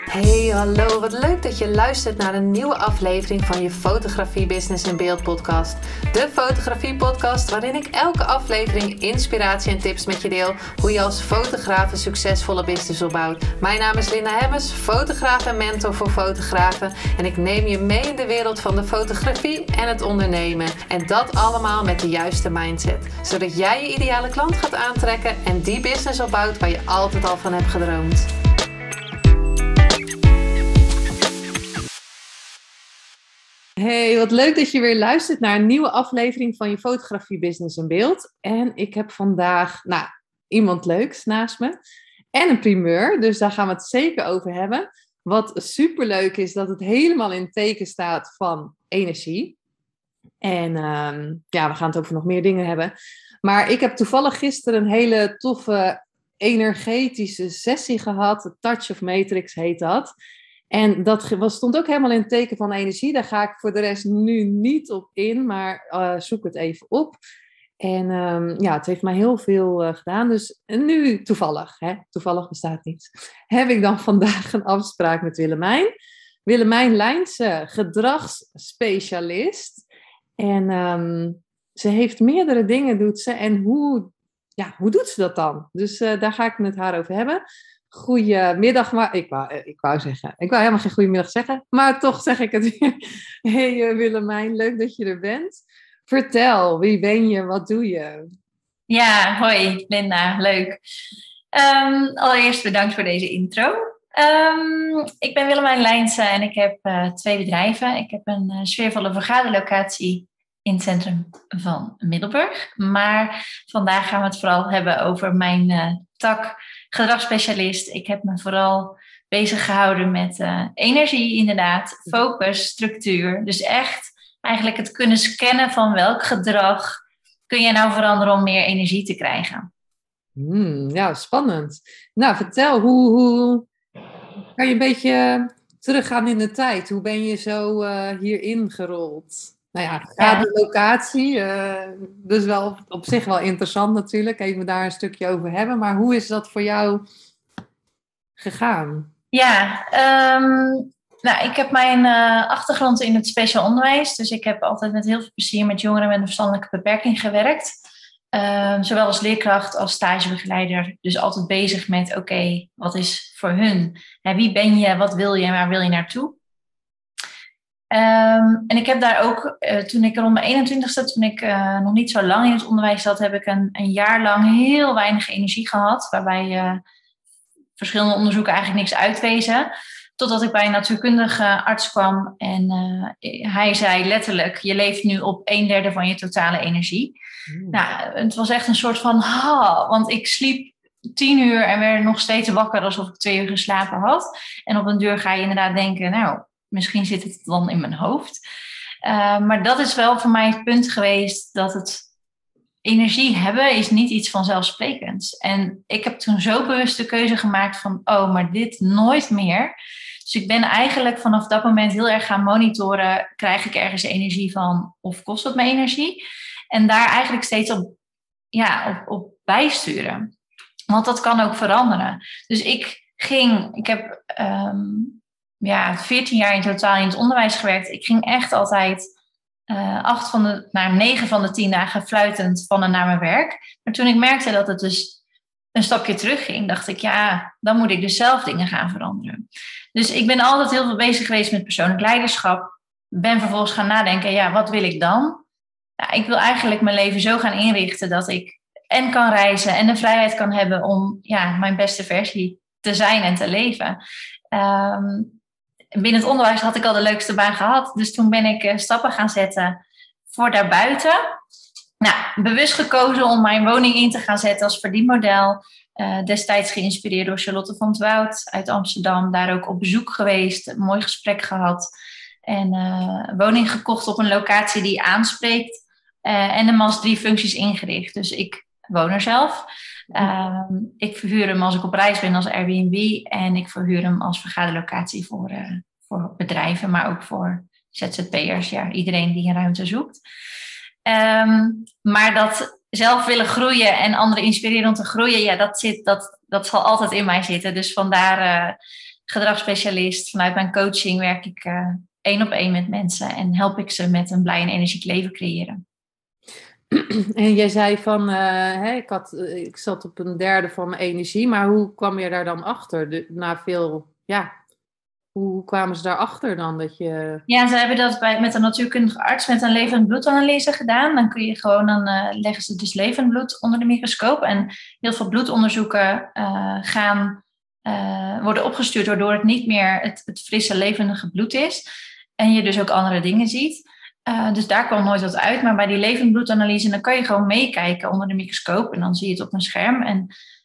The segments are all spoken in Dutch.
Hey, hallo. Wat leuk dat je luistert naar een nieuwe aflevering van je Fotografie Business in Beeld podcast. De fotografie podcast waarin ik elke aflevering inspiratie en tips met je deel hoe je als fotograaf een succesvolle business opbouwt. Mijn naam is Linda Hemmers, fotograaf en mentor voor fotografen en ik neem je mee in de wereld van de fotografie en het ondernemen. En dat allemaal met de juiste mindset, zodat jij je ideale klant gaat aantrekken en die business opbouwt waar je altijd al van hebt gedroomd. Hey, wat leuk dat je weer luistert naar een nieuwe aflevering van je Fotografie Business in Beeld. En ik heb vandaag iemand leuks naast me en een primeur, dus daar gaan we het zeker over hebben. Wat superleuk is dat het helemaal in het teken staat van energie. En we gaan het over nog meer dingen hebben. Maar ik heb toevallig gisteren een hele toffe energetische sessie gehad. The Touch of Matrix heet dat. En dat stond ook helemaal in het teken van energie. Daar ga ik voor de rest nu niet op in, maar zoek het even op. En het heeft mij heel veel gedaan. Dus nu toevallig bestaat niets, heb ik dan vandaag een afspraak met Willemijn. Willemijn Lijnse, gedragsspecialist. En ze heeft meerdere dingen, doet ze. En hoe doet ze dat dan? Dus daar ga ik het met haar over hebben. Goedemiddag, maar ik wou helemaal geen goedemiddag zeggen, maar toch zeg ik het weer. Hey Willemijn, leuk dat je er bent. Vertel, wie ben je, wat doe je? Ja, hoi Linda, leuk. Allereerst bedankt voor deze intro. Ik ben Willemijn Lijnse en ik heb 2 bedrijven. Ik heb een sfeervolle vergaderlocatie in het centrum van Middelburg. Maar vandaag gaan we het vooral hebben over mijn tak gedragsspecialist. Ik heb me vooral bezig gehouden met energie inderdaad, focus, structuur. Dus echt eigenlijk het kunnen scannen van welk gedrag kun je nou veranderen om meer energie te krijgen. Ja, spannend. Nou, vertel, hoe kan je een beetje teruggaan in de tijd? Hoe ben je zo hierin gerold? De locatie, dus wel op zich wel interessant natuurlijk. Even daar een stukje over hebben. Maar hoe is dat voor jou gegaan? Ja, ik heb mijn achtergrond in het speciaal onderwijs. Dus ik heb altijd met heel veel plezier met jongeren met een verstandelijke beperking gewerkt. Zowel als leerkracht als stagebegeleider. Dus altijd bezig met, oké, wat is voor hun? Wie ben je, wat wil je en waar wil je naartoe? En ik heb daar ook, toen ik rond mijn 21ste, toen ik nog niet zo lang in het onderwijs zat, heb ik een jaar lang heel weinig energie gehad. Waarbij verschillende onderzoeken eigenlijk niks uitwezen. Totdat ik bij een natuurkundige arts kwam en hij zei letterlijk, je leeft nu op 1/3 van je totale energie. Nou, het was echt een soort van, want ik sliep 10 uur en werd nog steeds wakker alsof ik 2 uur geslapen had. En op een duur ga je inderdaad denken, misschien zit het dan in mijn hoofd. Maar dat is wel voor mij het punt geweest dat het energie hebben is niet iets vanzelfsprekends. En ik heb toen zo bewust de keuze gemaakt van, maar dit nooit meer. Dus ik ben eigenlijk vanaf dat moment heel erg gaan monitoren, krijg ik ergens energie van of kost het me energie? En daar eigenlijk steeds op bijsturen. Want dat kan ook veranderen. Dus ik heb 14 jaar in totaal in het onderwijs gewerkt. Ik ging echt altijd 9 van de 10 dagen fluitend van en naar mijn werk. Maar toen ik merkte dat het dus een stapje terug ging, dacht ik, dan moet ik dus zelf dingen gaan veranderen. Dus ik ben altijd heel veel bezig geweest met persoonlijk leiderschap. Ben vervolgens gaan nadenken, wat wil ik dan? Ik wil eigenlijk mijn leven zo gaan inrichten dat ik en kan reizen en de vrijheid kan hebben om mijn beste versie te zijn en te leven. Binnen het onderwijs had ik al de leukste baan gehad. Dus toen ben ik stappen gaan zetten voor daarbuiten. Bewust gekozen om mijn woning in te gaan zetten als verdienmodel. Destijds geïnspireerd door Charlotte van 't Woud uit Amsterdam. Daar ook op bezoek geweest, een mooi gesprek gehad. En woning gekocht op een locatie die aanspreekt. En de MAS 3 functies ingericht. Dus ik woon er zelf. Ik verhuur hem als ik op reis ben als Airbnb. En ik verhuur hem als vergaderlocatie voor bedrijven, maar ook voor ZZP'ers. Iedereen die een ruimte zoekt. Maar dat zelf willen groeien en anderen inspireren om te groeien, dat zal altijd in mij zitten. Dus vandaar gedragsspecialist. Vanuit mijn coaching werk ik 1-op-1 met mensen en help ik ze met een blij en energiek leven creëren. En jij zei van, ik zat op een derde van mijn energie, maar hoe kwam je daar dan achter? Hoe kwamen ze daarachter dan dat je... Ja, ze hebben dat met een natuurkundige arts met een levend bloedanalyse gedaan. Dan kun je gewoon, leggen ze dus levend bloed onder de microscoop. En heel veel bloedonderzoeken worden opgestuurd waardoor het niet meer het frisse, levendige bloed is. En je dus ook andere dingen ziet. Dus daar kwam nooit wat uit. Maar bij die levend bloedanalyse, dan kan je gewoon meekijken onder de microscoop. En dan zie je het op een scherm. En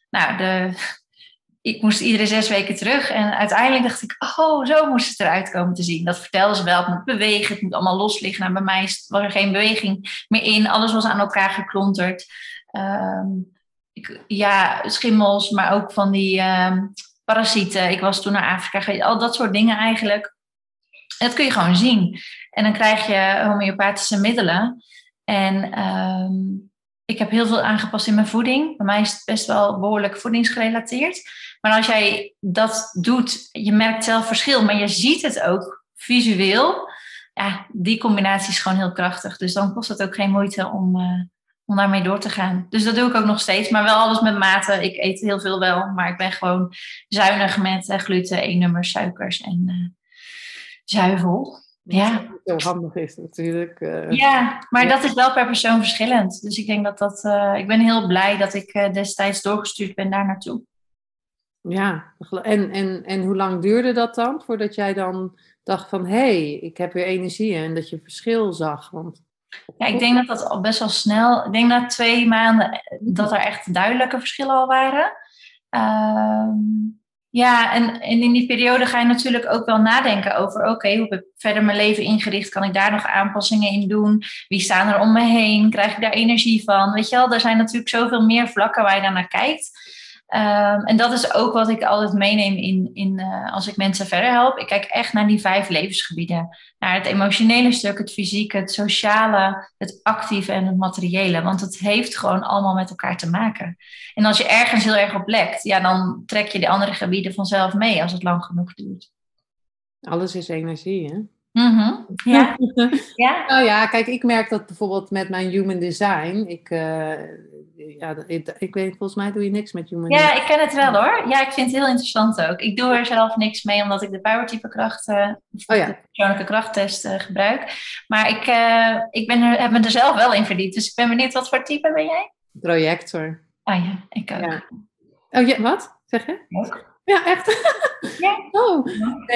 ik moest iedere 6 weken terug. En uiteindelijk dacht ik, zo moest het eruit komen te zien. Dat vertelden ze wel. Het moet bewegen. Het moet allemaal los liggen. Nou, bij mij was er geen beweging meer in. Alles was aan elkaar geklonterd. Schimmels, maar ook van die parasieten. Ik was toen naar Afrika geweest. Al dat soort dingen eigenlijk. En dat kun je gewoon zien. En dan krijg je homeopathische middelen. En ik heb heel veel aangepast in mijn voeding. Bij mij is het best wel behoorlijk voedingsgerelateerd. Maar als jij dat doet, je merkt zelf verschil, maar je ziet het ook visueel. Ja, die combinatie is gewoon heel krachtig. Dus dan kost het ook geen moeite om daarmee door te gaan. Dus dat doe ik ook nog steeds, maar wel alles met mate. Ik eet heel veel wel, maar ik ben gewoon zuinig met gluten, E-nummers, suikers en zuivel. Ja. Zo handig is natuurlijk. Maar dat is wel per persoon verschillend. Dus ik denk ik ben heel blij dat ik destijds doorgestuurd ben daar naartoe. Ja, en hoe lang duurde dat dan? Voordat jij dan dacht van, ik heb weer energie en dat je verschil zag? Ja, ik denk dat al best wel snel... Ik denk na 2 maanden dat er echt duidelijke verschillen al waren. En in die periode ga je natuurlijk ook wel nadenken over... Oké, hoe heb ik verder mijn leven ingericht? Kan ik daar nog aanpassingen in doen? Wie staan er om me heen? Krijg ik daar energie van? Weet je wel, er zijn natuurlijk zoveel meer vlakken waar je daar naar kijkt. En dat is ook wat ik altijd meeneem als ik mensen verder help. Ik kijk echt naar die 5 levensgebieden. Naar het emotionele stuk, het fysieke, het sociale, het actieve en het materiële. Want het heeft gewoon allemaal met elkaar te maken. En als je ergens heel erg op lekt, dan trek je de andere gebieden vanzelf mee als het lang genoeg duurt. Alles is energie, hè? Mm-hmm. Ja. Ja. Nou ja, kijk, ik merk dat bijvoorbeeld met mijn human design. Ik weet, volgens mij doe je niks met human design. Ja, ik ken het wel hoor. Ja, ik vind het heel interessant ook. Ik doe er zelf niks mee, omdat ik de powertype de persoonlijke krachttest gebruik. Maar ik heb me er zelf wel in verdiept. Dus ik ben benieuwd, wat voor type ben jij? Projector. Ah ja, ik ook. Ja. Oh ja, wat? Zeg je? Ook. Ja, echt? Ja. Oh.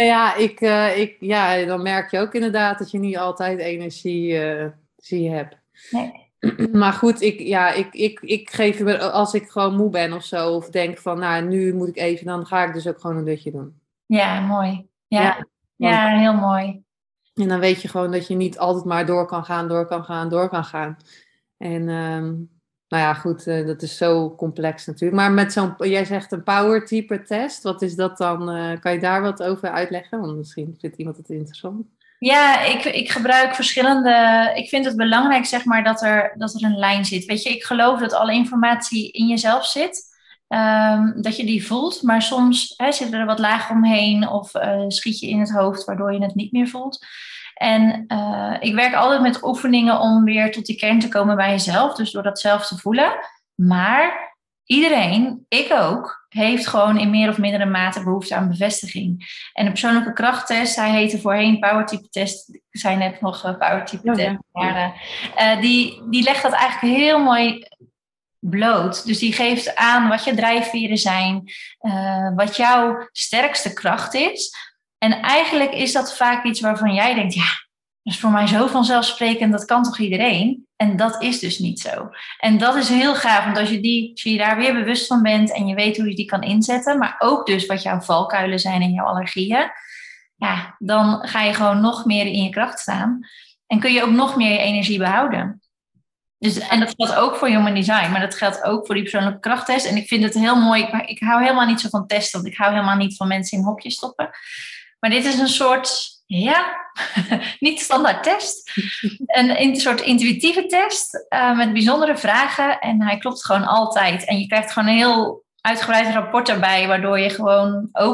Dan merk je ook inderdaad dat je niet altijd energie hebt. Nee. Maar goed, ik geef me, als ik gewoon moe ben of zo, of denk van, nu moet ik even, dan ga ik dus ook gewoon een dutje doen. Ja, mooi. Ja, heel mooi. En dan weet je gewoon dat je niet altijd maar door kan gaan. En goed, dat is zo complex natuurlijk. Maar met jij zegt een power type test, wat is dat dan? Kan je daar wat over uitleggen? Want misschien vindt iemand het interessant. Ja, ik gebruik verschillende... Ik vind het belangrijk, zeg maar, dat er een lijn zit. Weet je, ik geloof dat alle informatie in jezelf zit. Dat je die voelt. Maar soms zit er wat laag omheen of schiet je in het hoofd, waardoor je het niet meer voelt. En ik werk altijd met oefeningen om weer tot die kern te komen bij jezelf. Dus door dat zelf te voelen. Maar iedereen, ik ook, heeft gewoon in meer of mindere mate behoefte aan bevestiging. En de persoonlijke krachttest, hij heette voorheen powertype test. Ik zei net nog powertype test. Maar die legt dat eigenlijk heel mooi bloot. Dus die geeft aan wat je drijfveren zijn. Wat jouw sterkste kracht is. En eigenlijk is dat vaak iets waarvan jij denkt, ja, dat is voor mij zo vanzelfsprekend, dat kan toch iedereen? En dat is dus niet zo. En dat is heel gaaf, want als je daar weer bewust van bent en je weet hoe je die kan inzetten, maar ook dus wat jouw valkuilen zijn en jouw allergieën, ja, dan ga je gewoon nog meer in je kracht staan en kun je ook nog meer je energie behouden. Dus, en dat geldt ook voor Human Design, maar dat geldt ook voor die persoonlijke krachttest. En ik vind het heel mooi, ik hou helemaal niet zo van testen, want ik hou helemaal niet van mensen in hokjes stoppen. Maar dit is een soort, niet standaard test. Een soort intuïtieve test met bijzondere vragen. En hij klopt gewoon altijd. En je krijgt gewoon een heel uitgebreid rapport erbij, waardoor je gewoon ook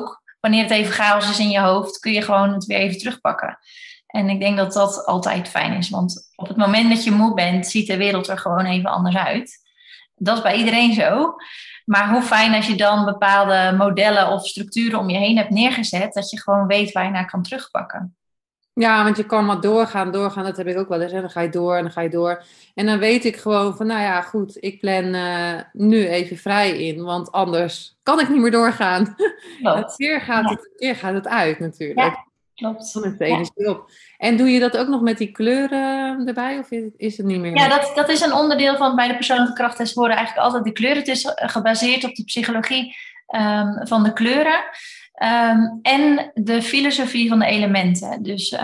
wanneer het even chaos is in je hoofd, kun je gewoon het weer even terugpakken. En ik denk dat dat altijd fijn is. Want op het moment dat je moe bent, ziet de wereld er gewoon even anders uit. Dat is bij iedereen zo. Maar hoe fijn als je dan bepaalde modellen of structuren om je heen hebt neergezet, dat je gewoon weet waar je naar kan terugpakken. Ja, want je kan maar doorgaan. Dat heb ik ook wel eens. En dan ga je door en dan ga je door. En dan weet ik gewoon van, nou ja, goed, ik plan nu even vrij in. Want anders kan ik niet meer doorgaan. Klopt. Een keer gaat het uit natuurlijk. Ja, klopt. Dan is de energie op. En doe je dat ook nog met die kleuren erbij? Of is het niet meer? Ja, dat is een onderdeel van bij de persoonlijke krachttest worden eigenlijk altijd de kleuren. Het is gebaseerd op de psychologie van de kleuren. En de filosofie van de elementen. Dus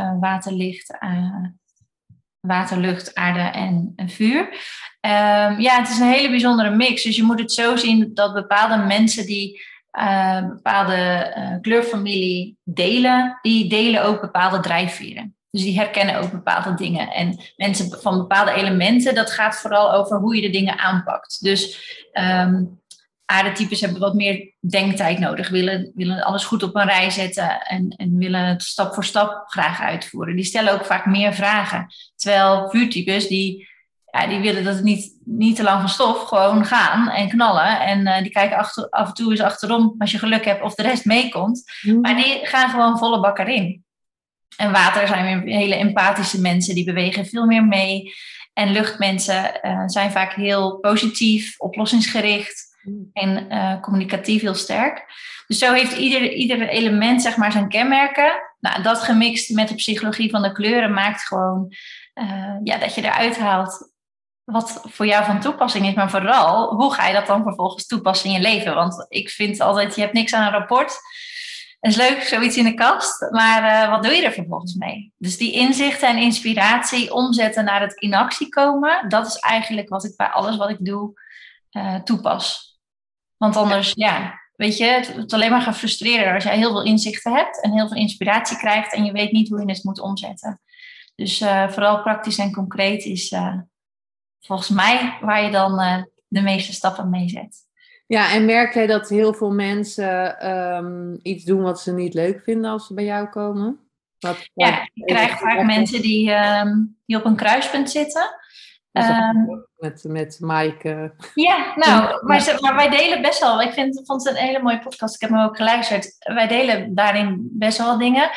water, lucht, aarde en vuur. Het is een hele bijzondere mix. Dus je moet het zo zien dat bepaalde mensen die bepaalde kleurfamilie delen, die delen ook bepaalde drijfveren. Dus die herkennen ook bepaalde dingen. En mensen van bepaalde elementen, dat gaat vooral over hoe je de dingen aanpakt. Dus aardetypes hebben wat meer denktijd nodig, willen alles goed op een rij zetten en willen het stap voor stap graag uitvoeren. Die stellen ook vaak meer vragen. Terwijl vuurtypes, die willen dat het niet te lang van stof, gewoon gaan en knallen. En die kijken af en toe eens achterom, als je geluk hebt, of de rest meekomt. Maar die gaan gewoon volle bak erin. En water zijn weer hele empathische mensen, die bewegen veel meer mee. En luchtmensen zijn vaak heel positief, oplossingsgericht en communicatief heel sterk. Dus zo heeft ieder element zeg maar zijn kenmerken. Nou, dat gemixt met de psychologie van de kleuren maakt gewoon dat je eruit haalt wat voor jou van toepassing is. Maar vooral, hoe ga je dat dan vervolgens toepassen in je leven? Want ik vind altijd, je hebt niks aan een rapport. Het is leuk, zoiets in de kast, maar wat doe je er vervolgens mee? Dus die inzichten en inspiratie omzetten naar het in actie komen, dat is eigenlijk wat ik bij alles wat ik doe toepas. Want anders, weet je, het alleen maar gaat frustreren als jij heel veel inzichten hebt en heel veel inspiratie krijgt en je weet niet hoe je het moet omzetten. Dus vooral praktisch en concreet is volgens mij waar je dan de meeste stappen mee zet. Ja, en merk jij dat heel veel mensen iets doen wat ze niet leuk vinden als ze bij jou komen? Ik krijg vaak mensen die op een kruispunt zitten. Met Maaike. Ja, nou, maar wij delen best wel. Ik vond het een hele mooie podcast. Ik heb hem ook geluisterd. Wij delen daarin best wel dingen.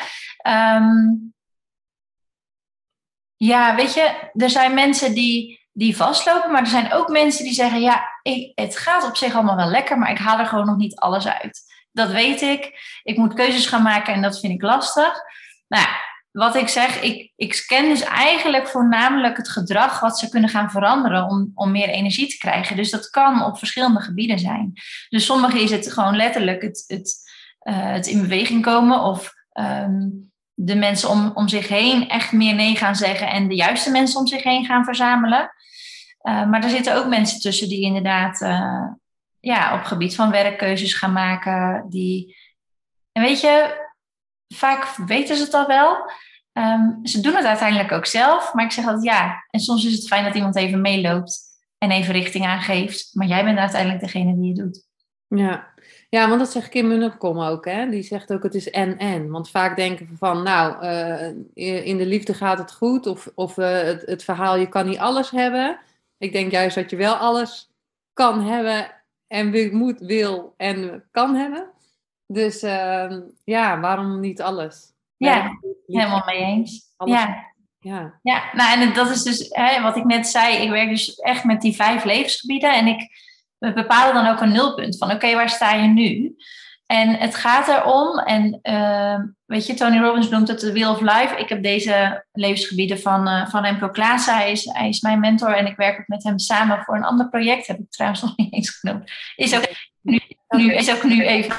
Weet je, er zijn mensen die vastlopen, maar er zijn ook mensen die zeggen, het gaat op zich allemaal wel lekker, maar ik haal er gewoon nog niet alles uit. Dat weet ik. Ik moet keuzes gaan maken en dat vind ik lastig. Nou, wat ik zeg, ik scan dus eigenlijk voornamelijk het gedrag wat ze kunnen gaan veranderen om meer energie te krijgen. Dus dat kan op verschillende gebieden zijn. Dus sommige is het gewoon letterlijk het in beweging komen of de mensen om zich heen echt meer nee gaan zeggen en de juiste mensen om zich heen gaan verzamelen. Maar er zitten ook mensen tussen die inderdaad op gebied van werkkeuzes gaan maken. En weet je, vaak weten ze het al wel. Ze doen het uiteindelijk ook zelf. Maar ik zeg altijd en soms is het fijn dat iemand even meeloopt en even richting aangeeft. Maar jij bent uiteindelijk degene die het doet. Ja, want dat zegt Kim Munnekom ook. Hè? Die zegt ook het is en. Want vaak denken we van in de liefde gaat het goed. Of het verhaal je kan niet alles hebben. Ik denk juist dat je wel alles kan hebben en wil en kan hebben. Dus waarom niet alles? Helemaal mee eens. Alles. Ja, nou en dat is dus wat ik net zei. Ik werk dus echt met die 5 levensgebieden. En we bepalen dan ook een nulpunt van oké, waar sta je nu? En het gaat erom, en weet je, Tony Robbins noemt het de Wheel of Life. Ik heb deze levensgebieden van Remco Klaassen. Hij is mijn mentor en ik werk ook met hem samen voor een ander project. Heb ik trouwens nog niet eens genoemd. Is ook nu even.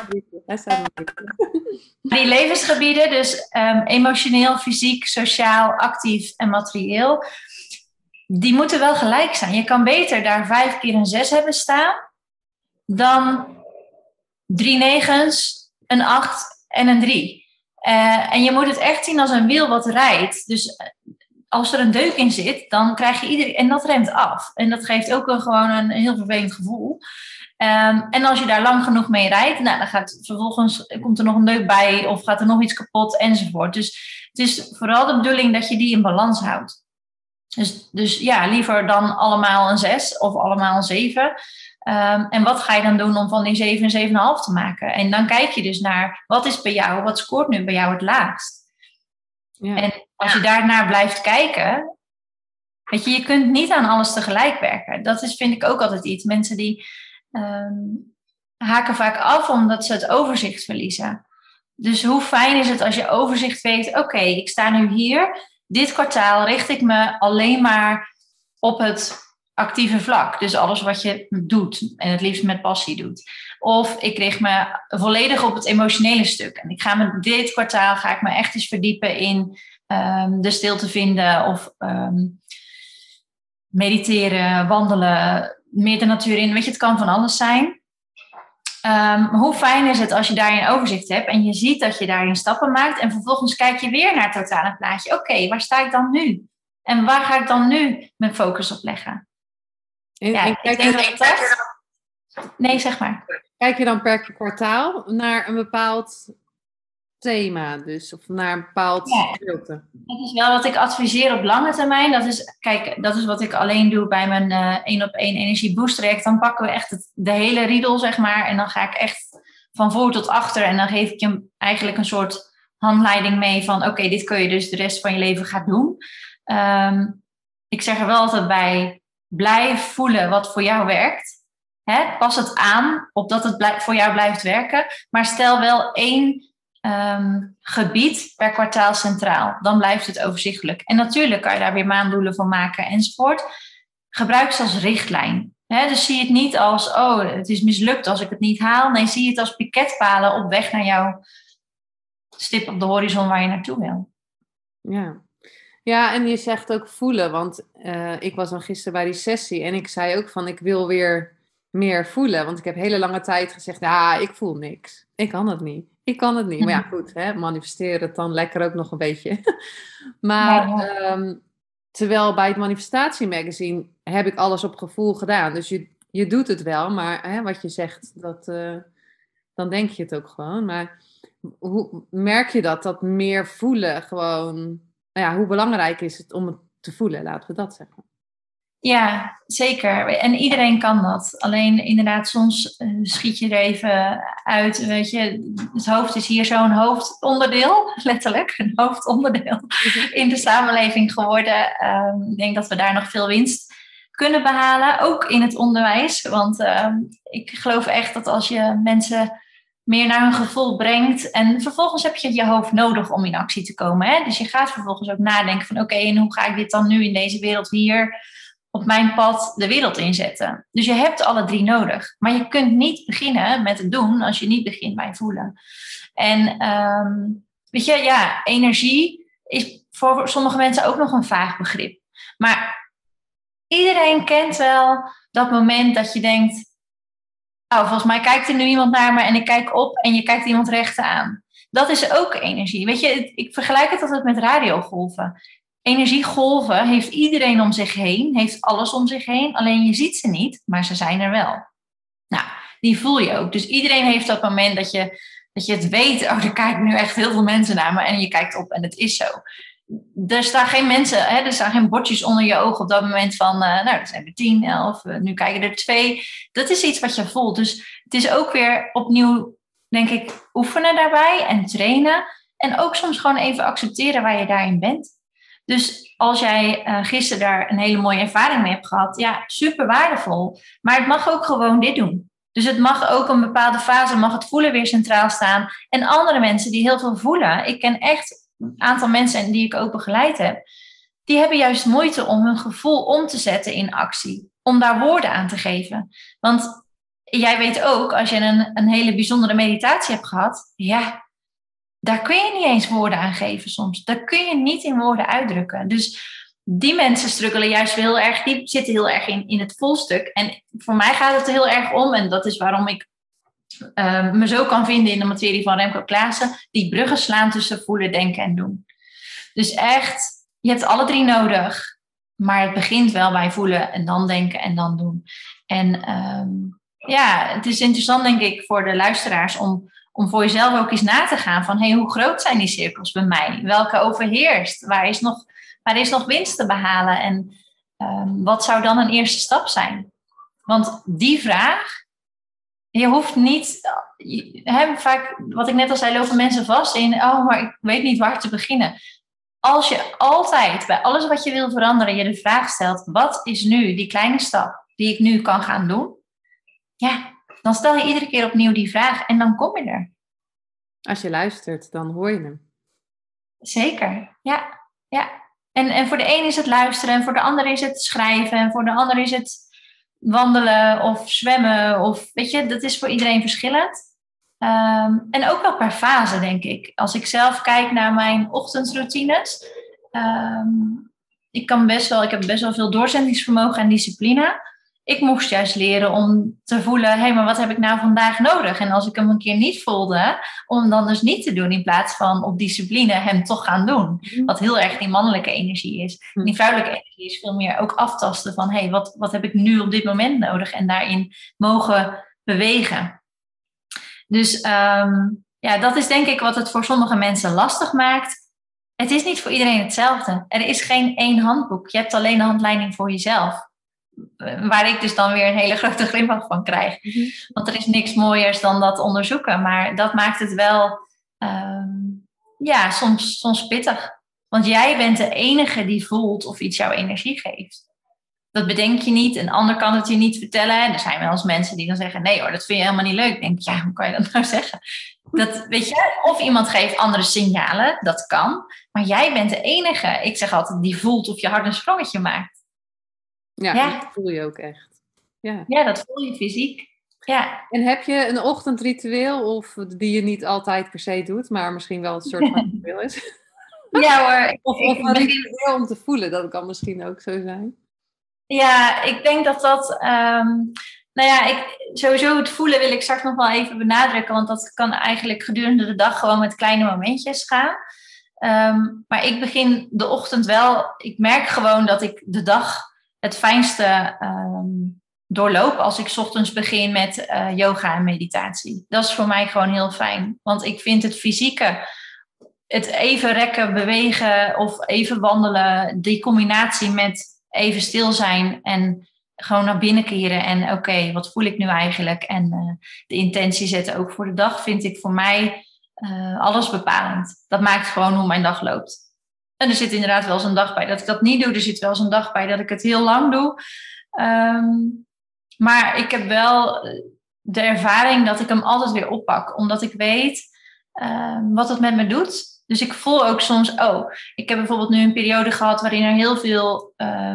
Die levensgebieden, dus emotioneel, fysiek, sociaal, actief en materieel, die moeten wel gelijk zijn. Je kan beter daar 5 keer een 6 hebben staan dan 3 9's, een 8 en een 3. En je moet het echt zien als een wiel wat rijdt. Dus als er een deuk in zit, dan krijg je en dat remt af. En dat geeft ook gewoon een heel vervelend gevoel. En als je daar lang genoeg mee rijdt, nou, dan komt er nog een deuk bij of gaat er nog iets kapot enzovoort. Dus het is vooral de bedoeling dat je die in balans houdt. Dus ja, liever dan allemaal een 6 of allemaal een 7. En wat ga je dan doen om van die 7 een 7,5 te maken? En dan kijk je dus naar, wat scoort nu bij jou het laagst? Ja. En als je daarnaar blijft kijken, weet je kunt niet aan alles tegelijk werken. Dat vind ik ook altijd iets. Mensen die haken vaak af omdat ze het overzicht verliezen. Dus hoe fijn is het als je overzicht weet, oké, ik sta nu hier. Dit kwartaal richt ik me alleen maar op het actieve vlak. Dus alles wat je doet en het liefst met passie doet. Of ik richt me volledig op het emotionele stuk. En dit kwartaal ga ik me echt eens verdiepen in de stilte vinden of mediteren, wandelen, meer de natuur in. Weet je, het kan van alles zijn. Hoe fijn is het als je daarin overzicht hebt en je ziet dat je daarin stappen maakt en vervolgens kijk je weer naar het totale plaatje. Oké, waar sta ik dan nu? En waar ga ik dan nu mijn focus op leggen? Nee, zeg maar. Kijk je dan per kwartaal naar een bepaald thema, dus, of naar een bepaald gedeelte? Dat is wel wat ik adviseer op lange termijn. Dat is wat ik alleen doe bij mijn 1-op-1 energieboost traject. Dan pakken we echt de hele riedel, zeg maar. En dan ga ik echt van voor tot achter. En dan geef ik je eigenlijk een soort handleiding mee van, oké, dit kun je dus de rest van je leven gaan doen. Ik zeg er wel altijd bij, blijf voelen wat voor jou werkt. Pas het aan, opdat het voor jou blijft werken. Maar stel wel 1 gebied per kwartaal centraal. Dan blijft het overzichtelijk. En natuurlijk kan je daar weer maanddoelen van maken enzovoort. Gebruik ze als richtlijn. Dus zie het niet als, het is mislukt als ik het niet haal. Nee, zie het als piketpalen op weg naar jouw stip op de horizon waar je naartoe wil. Ja, en je zegt ook voelen. Want ik was dan gisteren bij die sessie en ik zei ook van, ik wil weer meer voelen. Want ik heb hele lange tijd gezegd, ik voel niks. Ik kan het niet. Maar ja, goed, manifesteren het dan lekker ook nog een beetje. Maar terwijl bij het manifestatiemagazine heb ik alles op gevoel gedaan. Dus je doet het wel, maar wat je zegt, dan denk je het ook gewoon. Maar hoe merk je dat meer voelen gewoon, hoe belangrijk is het om het te voelen, laten we dat zeggen. Ja, zeker. En iedereen kan dat. Alleen inderdaad, soms schiet je er even uit. Weet je, het hoofd is hier zo'n hoofdonderdeel, letterlijk, een hoofdonderdeel in de samenleving geworden. Ik denk dat we daar nog veel winst kunnen behalen, ook in het onderwijs. Want ik geloof echt dat als je mensen meer naar hun gevoel brengt en vervolgens heb je je hoofd nodig om in actie te komen. Dus je gaat vervolgens ook nadenken van oké, en hoe ga ik dit dan nu in deze wereld hier op mijn pad de wereld inzetten. Dus je hebt alle 3 nodig. Maar je kunt niet beginnen met het doen als je niet begint bij voelen. En weet je, energie is voor sommige mensen ook nog een vaag begrip. Maar iedereen kent wel dat moment dat je denkt, volgens mij kijkt er nu iemand naar me en ik kijk op en je kijkt iemand recht aan. Dat is ook energie. Weet je, ik vergelijk het altijd met radiogolven. Energiegolven heeft iedereen om zich heen, heeft alles om zich heen. Alleen je ziet ze niet, maar ze zijn er wel. Nou, die voel je ook. Dus iedereen heeft dat moment dat je het weet. Er kijken nu echt heel veel mensen naar me en je kijkt op en het is zo. Er staan geen mensen, er staan geen bordjes onder je ogen op dat moment van, er zijn er 10, 11, nu kijken er 2. Dat is iets wat je voelt. Dus het is ook weer opnieuw, denk ik, oefenen daarbij en trainen. En ook soms gewoon even accepteren waar je daarin bent. Dus als jij gisteren daar een hele mooie ervaring mee hebt gehad, super waardevol. Maar het mag ook gewoon dit doen. Dus het mag ook een bepaalde fase, mag het voelen weer centraal staan. En andere mensen die heel veel voelen, ik ken echt een aantal mensen die ik ook begeleid heb, die hebben juist moeite om hun gevoel om te zetten in actie. Om daar woorden aan te geven. Want jij weet ook, als je een hele bijzondere meditatie hebt gehad, daar kun je niet eens woorden aan geven soms. Daar kun je niet in woorden uitdrukken. Dus die mensen struggelen juist heel erg. Die zitten heel erg in het voelstuk. En voor mij gaat het er heel erg om. En dat is waarom ik me zo kan vinden in de materie van Remco Klaassen. Die bruggen slaan tussen voelen, denken en doen. Dus echt, je hebt alle 3 nodig. Maar het begint wel bij voelen en dan denken en dan doen. En ja, het is interessant denk ik voor de luisteraars om voor jezelf ook eens na te gaan van hoe groot zijn die cirkels bij mij? Welke overheerst? Waar is nog winst te behalen? En wat zou dan een eerste stap zijn? Want die vraag, je hoeft niet, vaak, wat ik net al zei, lopen mensen vast in, maar ik weet niet waar te beginnen. Als je altijd bij alles wat je wil veranderen, je de vraag stelt, wat is nu die kleine stap die ik nu kan gaan doen? Ja, dan stel je iedere keer opnieuw die vraag en dan kom je er. Als je luistert, dan hoor je hem. Zeker, ja. En voor de een is het luisteren, en voor de ander is het schrijven, en voor de ander is het wandelen of zwemmen. Of, weet je, dat is voor iedereen verschillend. En ook wel per fase, denk ik. Als ik zelf kijk naar mijn ochtendroutines. Ik heb best wel veel doorzettingsvermogen en discipline. Ik moest juist leren om te voelen, maar wat heb ik nou vandaag nodig? En als ik hem een keer niet voelde, om dan dus niet te doen in plaats van op discipline hem toch gaan doen. Wat heel erg die mannelijke energie is. En die vrouwelijke energie is veel meer ook aftasten van, wat heb ik nu op dit moment nodig? En daarin mogen bewegen. Dus dat is denk ik wat het voor sommige mensen lastig maakt. Het is niet voor iedereen hetzelfde. Er is geen één handboek. Je hebt alleen een handleiding voor jezelf. Waar ik dus dan weer een hele grote glimlach van krijg. Want er is niks mooiers dan dat onderzoeken. Maar dat maakt het wel soms pittig. Want jij bent de enige die voelt of iets jouw energie geeft. Dat bedenk je niet. Een ander kan het je niet vertellen. En er zijn wel eens mensen die dan zeggen, nee hoor, dat vind je helemaal niet leuk. Ik denk, hoe kan je dat nou zeggen? Dat, weet je, of iemand geeft andere signalen, dat kan. Maar jij bent de enige, ik zeg altijd, die voelt of je hart een sprongetje maakt. Ja, dat voel je ook echt. Ja, dat voel je fysiek. Ja. En heb je een ochtendritueel of die je niet altijd per se doet, maar misschien wel een soort van ritueel is? Ja hoor. Of een ritueel om te voelen, dat kan misschien ook zo zijn. Ja, ik denk dat sowieso het voelen wil ik straks nog wel even benadrukken, want dat kan eigenlijk gedurende de dag gewoon met kleine momentjes gaan. Maar ik begin de ochtend wel, ik merk gewoon dat ik de dag het fijnste doorloop als ik 's ochtends begin met yoga en meditatie. Dat is voor mij gewoon heel fijn, want ik vind het fysieke, het even rekken, bewegen of even wandelen, die combinatie met even stil zijn en gewoon naar binnen keren en oké, wat voel ik nu eigenlijk? En de intentie zetten ook voor de dag vind ik voor mij alles bepalend. Dat maakt gewoon hoe mijn dag loopt. En er zit inderdaad wel eens een dag bij dat ik dat niet doe. Er zit wel eens een dag bij dat ik het heel lang doe. Maar ik heb wel de ervaring dat ik hem altijd weer oppak. Omdat ik weet wat het met me doet. Dus ik voel ook soms, ik heb bijvoorbeeld nu een periode gehad waarin er heel veel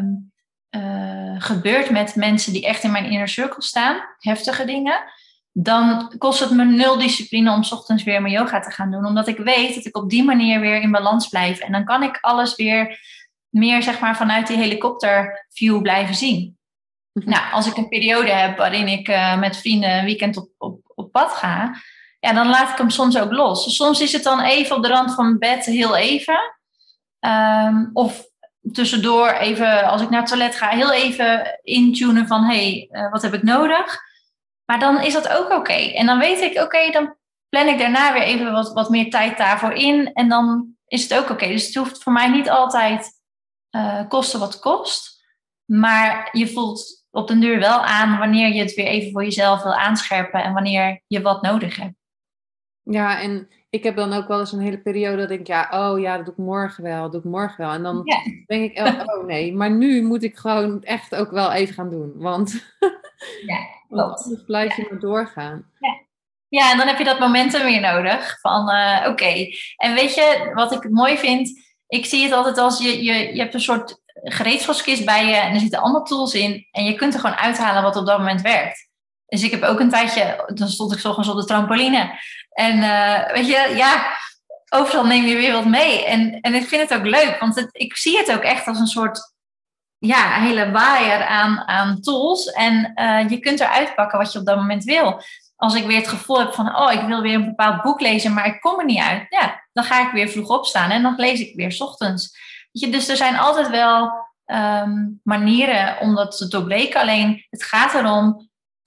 gebeurt met mensen die echt in mijn inner circle staan. Heftige dingen. Dan kost het me 0 discipline om 's ochtends weer mijn yoga te gaan doen. Omdat ik weet dat ik op die manier weer in balans blijf. En dan kan ik alles weer meer zeg maar vanuit die helikopterview blijven zien. Nou, als ik een periode heb waarin ik met vrienden een weekend op pad ga, ja, dan laat ik hem soms ook los. Dus soms is het dan even op de rand van mijn bed, heel even. Of tussendoor even, als ik naar het toilet ga, heel even intunen van, wat heb ik nodig? Maar dan is dat ook oké. En dan weet ik, dan plan ik daarna weer even wat meer tijd daarvoor in. En dan is het ook oké. Dus het hoeft voor mij niet altijd kosten wat kost. Maar je voelt op den duur wel aan wanneer je het weer even voor jezelf wil aanscherpen. En wanneer je wat nodig hebt. Ja, en ik heb dan ook wel eens een hele periode dat ik denk, dat doe ik morgen wel. En dan denk ik, nee, maar nu moet ik gewoon echt ook wel even gaan doen. Want anders blijf je maar doorgaan. Ja, en dan heb je dat momentum weer nodig van oké. En weet je, wat ik mooi vind, ik zie het altijd als je hebt een soort gereedschapskist bij je en er zitten allemaal tools in en je kunt er gewoon uithalen wat op dat moment werkt. Dus ik heb ook een tijdje, dan stond ik 's ochtends op de trampoline. En weet je, overal neem je weer wat mee. En ik vind het ook leuk, want ik zie het ook echt als een soort hele waaier aan tools. En je kunt eruit pakken wat je op dat moment wil. Als ik weer het gevoel heb van, ik wil weer een bepaald boek lezen, maar ik kom er niet uit. Ja, dan ga ik weer vroeg opstaan en dan lees ik weer 's ochtends. Weet je, dus er zijn altijd wel manieren om dat te doorbreken. Alleen het gaat erom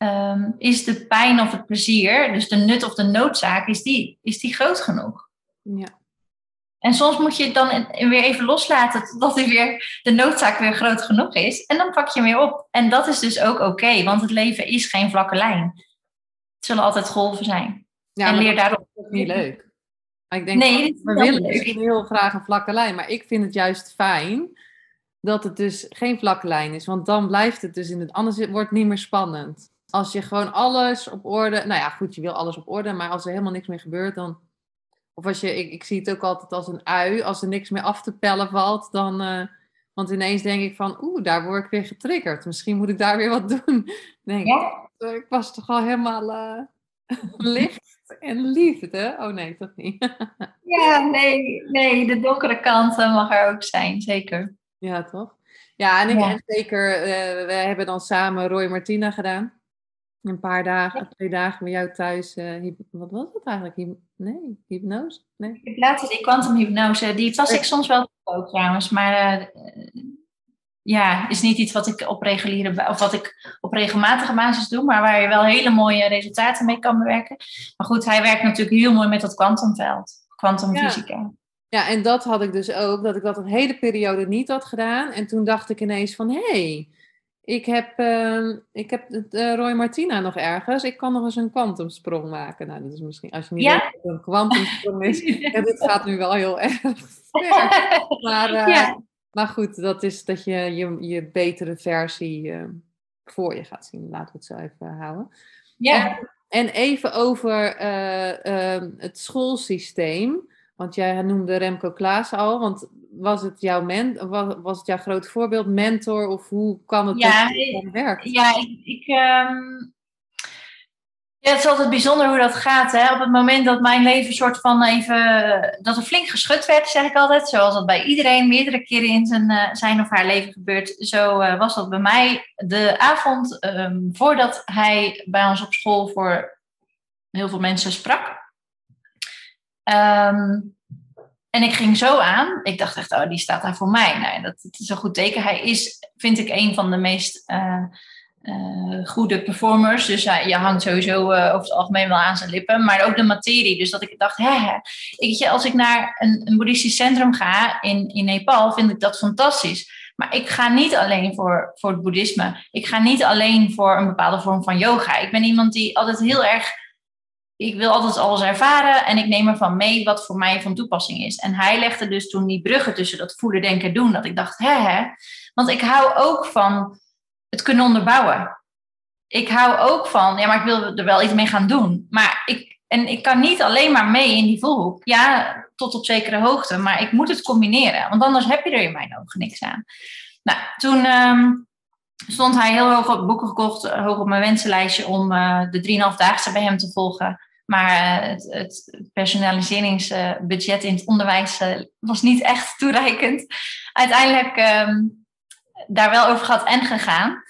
is de pijn of het plezier, dus de nut of de noodzaak, is die groot genoeg? Ja. En soms moet je het dan weer even loslaten totdat de noodzaak weer groot genoeg is. En dan pak je hem weer op. En dat is dus ook oké, want het leven is geen vlakke lijn. Het zullen altijd golven zijn. Ja, en maar leer daarop. dat is niet leuk. Maar ik denk, Nee, we willen misschien heel graag een vlakke lijn. Maar ik vind het juist fijn dat het dus geen vlakke lijn is. Want dan blijft het dus anders wordt het niet meer spannend. Als je gewoon alles op orde... Nou ja, goed, je wil alles op orde. Maar als er helemaal niks meer gebeurt, dan... Of als ik zie het ook altijd als een ui. Als er niks meer af te pellen valt, dan... want ineens denk ik van... daar word ik weer getriggerd. Misschien moet ik daar weer wat doen. Denk ik was toch al helemaal licht en liefde? Oh nee, toch niet. Ja, nee, de donkere kant mag er ook zijn, zeker. Ja, toch? Ja, en zeker, we hebben dan samen Roy Martina gedaan. Een paar dagen, 2 dagen bij jou thuis. Wat was het eigenlijk? Hypnose? Nee. Later die kwantumhypnose, die was ik soms wel ook trouwens. Maar is niet iets wat ik op regelmatige basis doe. Maar waar je wel hele mooie resultaten mee kan bewerken. Maar goed, hij werkt natuurlijk heel mooi met dat kwantumveld. Kwantumfysica. Ja, en dat had ik dus ook. Dat ik dat een hele periode niet had gedaan. En toen dacht ik ineens van... Ik heb Roy Martina nog ergens. Ik kan nog eens een kwantumsprong maken. Nou, dat is misschien... Als je niet weet wat een kwantumsprong is... dit gaat nu wel heel erg ver. Maar goed, dat is dat je betere versie voor je gaat zien. Laten we het zo even houden. Ja. En even over het schoolsysteem. Want jij noemde Remco Klaassen al. Want was het jouw groot voorbeeld, mentor? Of hoe kan het dat het werkt? Ja, het is altijd bijzonder hoe dat gaat. Hè? Op het moment dat mijn leven soort van dat er flink geschud werd, zeg ik altijd. Zoals dat bij iedereen meerdere keren in zijn of haar leven gebeurt. Zo was dat bij mij de avond voordat hij bij ons op school voor heel veel mensen sprak. En ik ging zo aan. Ik dacht echt, die staat daar voor mij. Nou, dat is een goed teken. Hij is, vind ik, een van de meest goede performers. Dus je hangt sowieso over het algemeen wel aan zijn lippen. Maar ook de materie. Dus dat ik dacht, als ik naar een boeddhistisch centrum ga in Nepal, vind ik dat fantastisch. Maar ik ga niet alleen voor het boeddhisme. Ik ga niet alleen voor een bepaalde vorm van yoga. Ik ben iemand die altijd heel erg... Ik wil altijd alles ervaren en ik neem ervan mee wat voor mij van toepassing is. En hij legde dus toen die bruggen tussen dat voelen, denken, doen. Dat ik dacht, want ik hou ook van het kunnen onderbouwen. Ik hou ook van, maar ik wil er wel iets mee gaan doen. Maar ik kan niet alleen maar mee in die voelhoek. Ja, tot op zekere hoogte. Maar ik moet het combineren. Want anders heb je er in mijn ogen niks aan. Nou, toen stond hij heel hoog op boeken gekocht. Hoog op mijn wensenlijstje om de 3,5-daagse bij hem te volgen. Maar het personaliseringsbudget in het onderwijs was niet echt toereikend. Uiteindelijk daar wel over gehad en gegaan.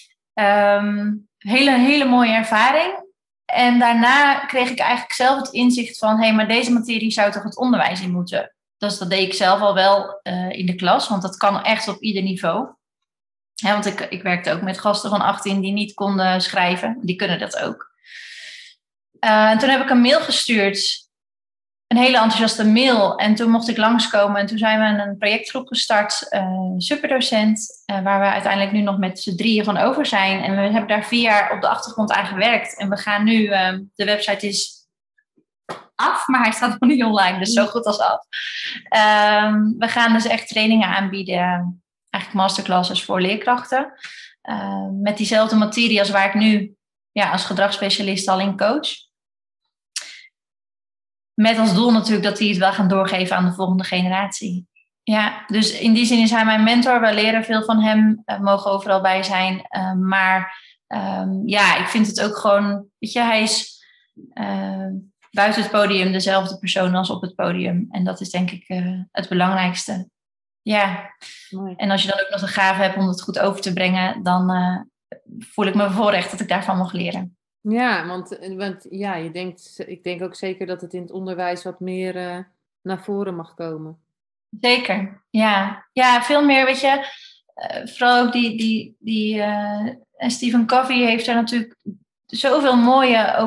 Hele mooie ervaring. En daarna kreeg ik eigenlijk zelf het inzicht van... maar deze materie zou toch het onderwijs in moeten. Dus dat deed ik zelf al wel in de klas. Want dat kan echt op ieder niveau. Want ik werkte ook met gasten van 18 die niet konden schrijven. Die kunnen dat ook. En toen heb ik een mail gestuurd. Een hele enthousiaste mail. En toen mocht ik langskomen. En toen zijn we een projectgroep gestart. Superdocent. Waar we uiteindelijk nu nog met z'n 3 van over zijn. En we hebben daar 4 jaar op de achtergrond aan gewerkt. En we gaan nu... de website is af. Maar hij staat nog niet online. Dus zo goed als af. We gaan dus echt trainingen aanbieden. Eigenlijk masterclasses voor leerkrachten. Met diezelfde materie als waar ik nu... als gedragsspecialist al in coach. Met als doel natuurlijk dat die het wel gaan doorgeven aan de volgende generatie. Ja, dus in die zin is hij mijn mentor. We leren veel van hem. Mogen overal bij zijn. Maar ik vind het ook gewoon... Weet je, hij is buiten het podium dezelfde persoon als op het podium. En dat is denk ik het belangrijkste. Ja. Mooi. En als je dan ook nog de gave hebt om het goed over te brengen... dan voel ik me bevoorrecht dat ik daarvan mag leren. Ja, want ik denk ook zeker dat het in het onderwijs wat meer naar voren mag komen. Zeker, ja. Ja, veel meer, weet je. Vooral ook Stephen Covey heeft er natuurlijk zoveel mooie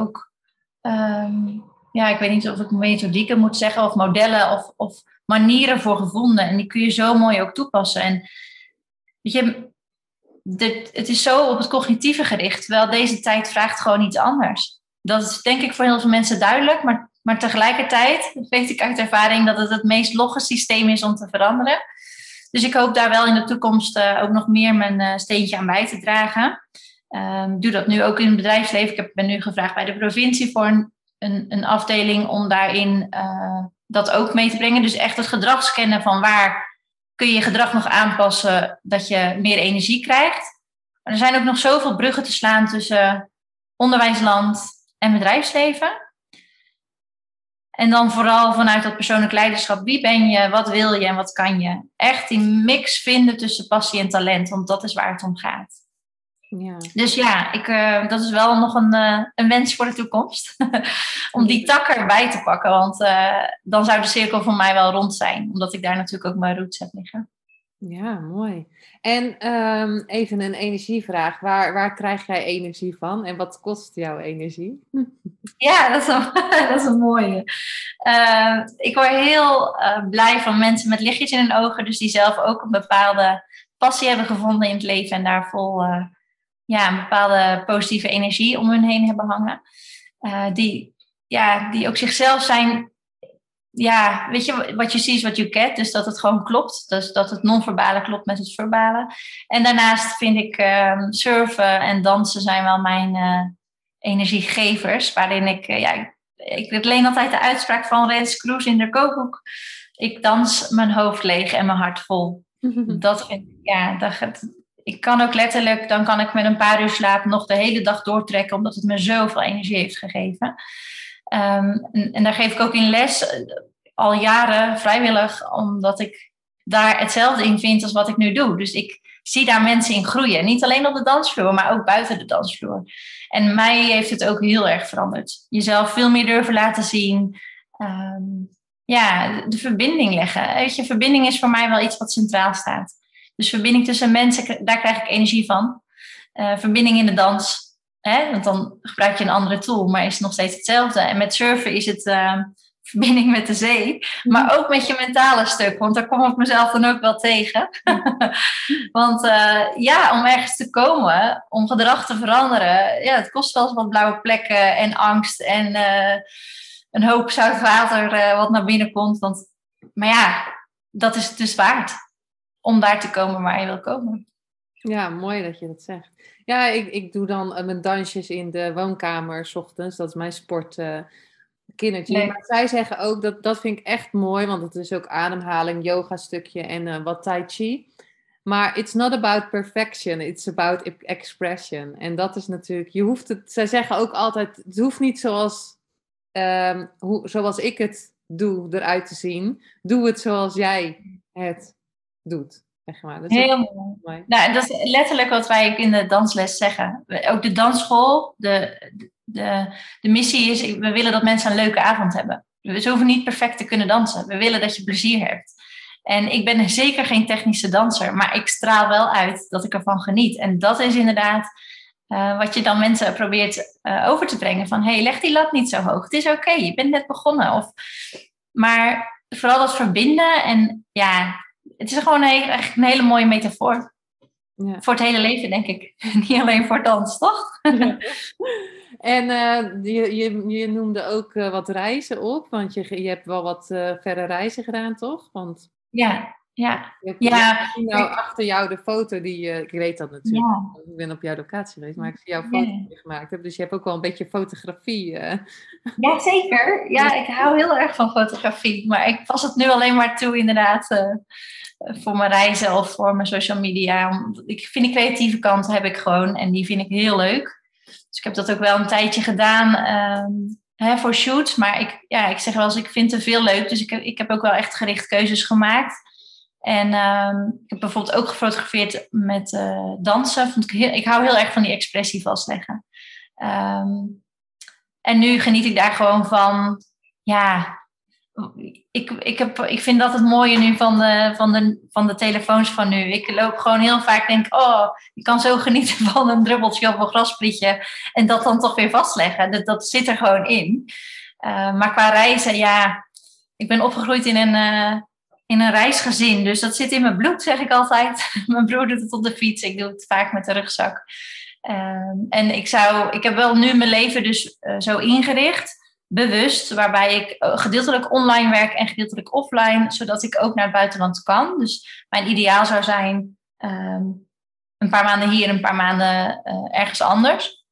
ik weet niet of ik methodieken moet zeggen of modellen of manieren voor gevonden. En die kun je zo mooi ook toepassen. En weet je, het is zo op het cognitieve gericht, terwijl deze tijd vraagt gewoon iets anders. Dat is denk ik voor heel veel mensen duidelijk, maar tegelijkertijd weet ik uit ervaring dat het meest logge systeem is om te veranderen. Dus ik hoop daar wel in de toekomst ook nog meer mijn steentje aan bij te dragen. Ik doe dat nu ook in het bedrijfsleven. Ik ben nu gevraagd bij de provincie voor een afdeling om daarin dat ook mee te brengen. Dus echt het gedragskennen van waar kun je je gedrag nog aanpassen dat je meer energie krijgt. Maar er zijn ook nog zoveel bruggen te slaan tussen onderwijsland en bedrijfsleven. En dan vooral vanuit dat persoonlijk leiderschap. Wie ben je, wat wil je en wat kan je? Echt die mix vinden tussen passie en talent. Want dat is waar het om gaat. Ja. Dus ja, dat is wel nog een wens voor de toekomst. Om die tak erbij te pakken. Want dan zou de cirkel voor mij wel rond zijn. Omdat ik daar natuurlijk ook mijn roots heb liggen. Ja, mooi. En even een energievraag. Waar krijg jij energie van? En wat kost jouw energie? Ja, dat is een mooie. Ik word heel blij van mensen met lichtjes in hun ogen. Dus die zelf ook een bepaalde passie hebben gevonden in het leven. En daar vol een bepaalde positieve energie om hun heen hebben hangen. Die ook zichzelf zijn. Ja, weet je, wat je ziet is wat je get. Dus dat het gewoon klopt. Dus dat het non-verbale klopt met het verbale. En daarnaast vind ik surfen en dansen zijn wel mijn energiegevers. Waarin ik leen altijd de uitspraak van Rens Kroes in de kookboek. Ik dans mijn hoofd leeg en mijn hart vol. Dat vind ik, ik kan ook letterlijk, dan kan ik met een paar uur slaap nog de hele dag doortrekken. Omdat het me zoveel energie heeft gegeven. En daar geef ik ook in les al jaren vrijwillig, omdat ik daar hetzelfde in vind als wat ik nu doe. Dus ik zie daar mensen in groeien. Niet alleen op de dansvloer, maar ook buiten de dansvloer. En mij heeft het ook heel erg veranderd. Jezelf veel meer durven laten zien. De verbinding leggen. Weet je, verbinding is voor mij wel iets wat centraal staat. Dus verbinding tussen mensen, daar krijg ik energie van. Verbinding in de dans. Want dan gebruik je een andere tool, maar is het nog steeds hetzelfde. En met surfen is het verbinding met de zee. Maar ook met je mentale stuk, want daar kom ik mezelf dan ook wel tegen. Want om ergens te komen, om gedrag te veranderen, het kost wel eens wat blauwe plekken en angst en een hoop zout water wat naar binnen komt. Dat is het dus waard om daar te komen waar je wil komen. Ja, mooi dat je dat zegt. Ja, ik doe dan mijn dansjes in de woonkamer 's ochtends. Dat is mijn sport kindertje. Nee. Maar zij zeggen ook, dat vind ik echt mooi, want het is ook ademhaling, yoga stukje en wat tai chi. Maar it's not about perfection, it's about expression. En dat is natuurlijk, zij zeggen ook altijd, het hoeft niet zoals ik het doe eruit te zien. Doe het zoals jij het doet. Zeg maar. Dat is heel mooi. Nou, dat is letterlijk wat wij in de dansles zeggen. Ook de dansschool, de missie is, we willen dat mensen een leuke avond hebben. Ze hoeven niet perfect te kunnen dansen. We willen dat je plezier hebt. En ik ben zeker geen technische danser, maar ik straal wel uit dat ik ervan geniet. En dat is inderdaad wat je dan mensen probeert over te brengen. Van, leg die lat niet zo hoog. Het is oké, je bent net begonnen. Maar vooral dat verbinden en het is gewoon echt een hele mooie metafoor. Ja. Voor het hele leven, denk ik. Niet alleen voor dans, toch? Ja. En je noemde ook wat reizen op. Want je hebt wel wat verre reizen gedaan, toch? Want ja. Achter jou de foto ik weet dat natuurlijk. Ja. Ik ben op jouw locatie geweest, maar ik zie jouw foto die je gemaakt hebt. Dus je hebt ook wel een beetje fotografie. Ja, zeker. Ja, ik hou heel erg van fotografie. Maar ik pas het nu alleen maar toe, inderdaad, voor mijn reizen of voor mijn social media. Ik vind de creatieve kant heb ik gewoon en die vind ik heel leuk. Dus ik heb dat ook wel een tijdje gedaan voor shoots. Maar ik zeg wel eens, ik vind het veel leuk. Dus ik heb ook wel echt gericht keuzes gemaakt. En ik heb bijvoorbeeld ook gefotografeerd met dansen. Ik hou heel erg van die expressie vastleggen. En nu geniet ik daar gewoon van, Ik vind dat het mooie nu van de telefoons van nu. Ik loop gewoon heel vaak denk, je kan zo genieten van een druppeltje op een grasprietje en dat dan toch weer vastleggen. Dat zit er gewoon in. Maar qua reizen, ja, ik ben opgegroeid in een reisgezin. Dus dat zit in mijn bloed, zeg ik altijd. Mijn broer doet het op de fiets, ik doe het vaak met de rugzak. En ik heb wel nu mijn leven dus zo ingericht, bewust, waarbij ik gedeeltelijk online werk en gedeeltelijk offline, zodat ik ook naar het buitenland kan. Dus mijn ideaal zou zijn een paar maanden hier en een paar maanden ergens anders.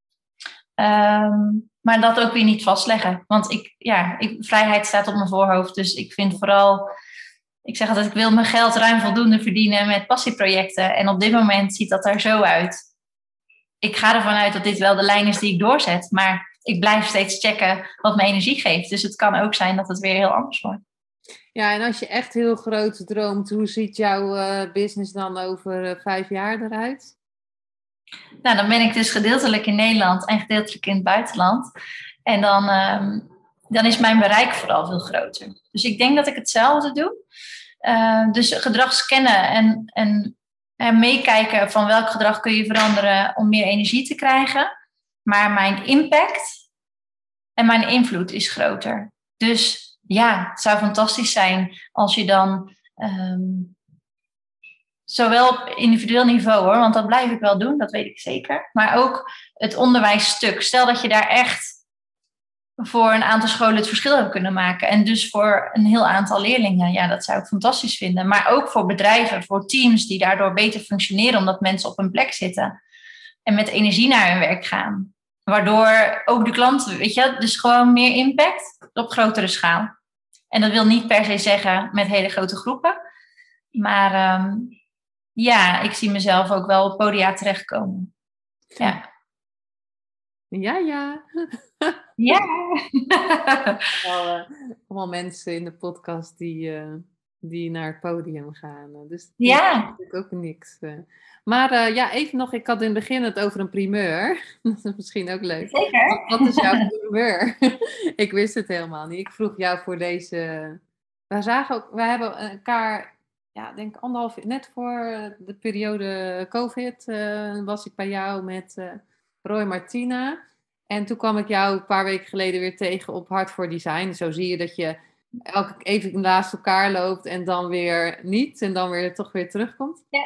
Maar dat ook weer niet vastleggen. Want vrijheid staat op mijn voorhoofd. Dus ik vind vooral, ik zeg altijd, ik wil mijn geld ruim voldoende verdienen met passieprojecten. En op dit moment ziet dat er zo uit. Ik ga ervan uit dat dit wel de lijn is die ik doorzet. Maar ik blijf steeds checken wat me energie geeft. Dus het kan ook zijn dat het weer heel anders wordt. Ja, en als je echt heel groot droomt, hoe ziet jouw business dan over 5 jaar eruit? Nou, dan ben ik dus gedeeltelijk in Nederland en gedeeltelijk in het buitenland. En dan is mijn bereik vooral veel groter. Dus ik denk dat ik hetzelfde doe. Dus gedrag scannen en meekijken van welk gedrag kun je veranderen om meer energie te krijgen. Maar mijn impact en mijn invloed is groter. Dus ja, het zou fantastisch zijn als je dan zowel op individueel niveau hoor, want dat blijf ik wel doen, dat weet ik zeker. Maar ook het onderwijsstuk. Stel dat je daar echt voor een aantal scholen het verschil hebt kunnen maken. En dus voor een heel aantal leerlingen. Ja, dat zou ik fantastisch vinden. Maar ook voor bedrijven, voor teams die daardoor beter functioneren, omdat mensen op hun plek zitten. En met energie naar hun werk gaan. Waardoor ook de klanten, weet je, dus gewoon meer impact op grotere schaal. En dat wil niet per se zeggen met hele grote groepen. Maar ik zie mezelf ook wel op podia terechtkomen. Ja. Ja. Ja. Allemaal mensen in de podcast die naar het podium gaan. Dus dat is natuurlijk ook niks. Maar even nog, ik had in het begin het over een primeur. Dat is misschien ook leuk. Zeker. Wat is jouw primeur? Ik wist het helemaal niet. Ik vroeg jou voor deze... We hebben elkaar, denk 1,5, net voor de periode COVID, was ik bij jou met Roy Martina. En toen kwam ik jou een paar weken geleden weer tegen op Hart voor Design. Zo zie je dat je even naast elkaar loopt en dan weer niet. En dan weer toch weer terugkomt. Ja.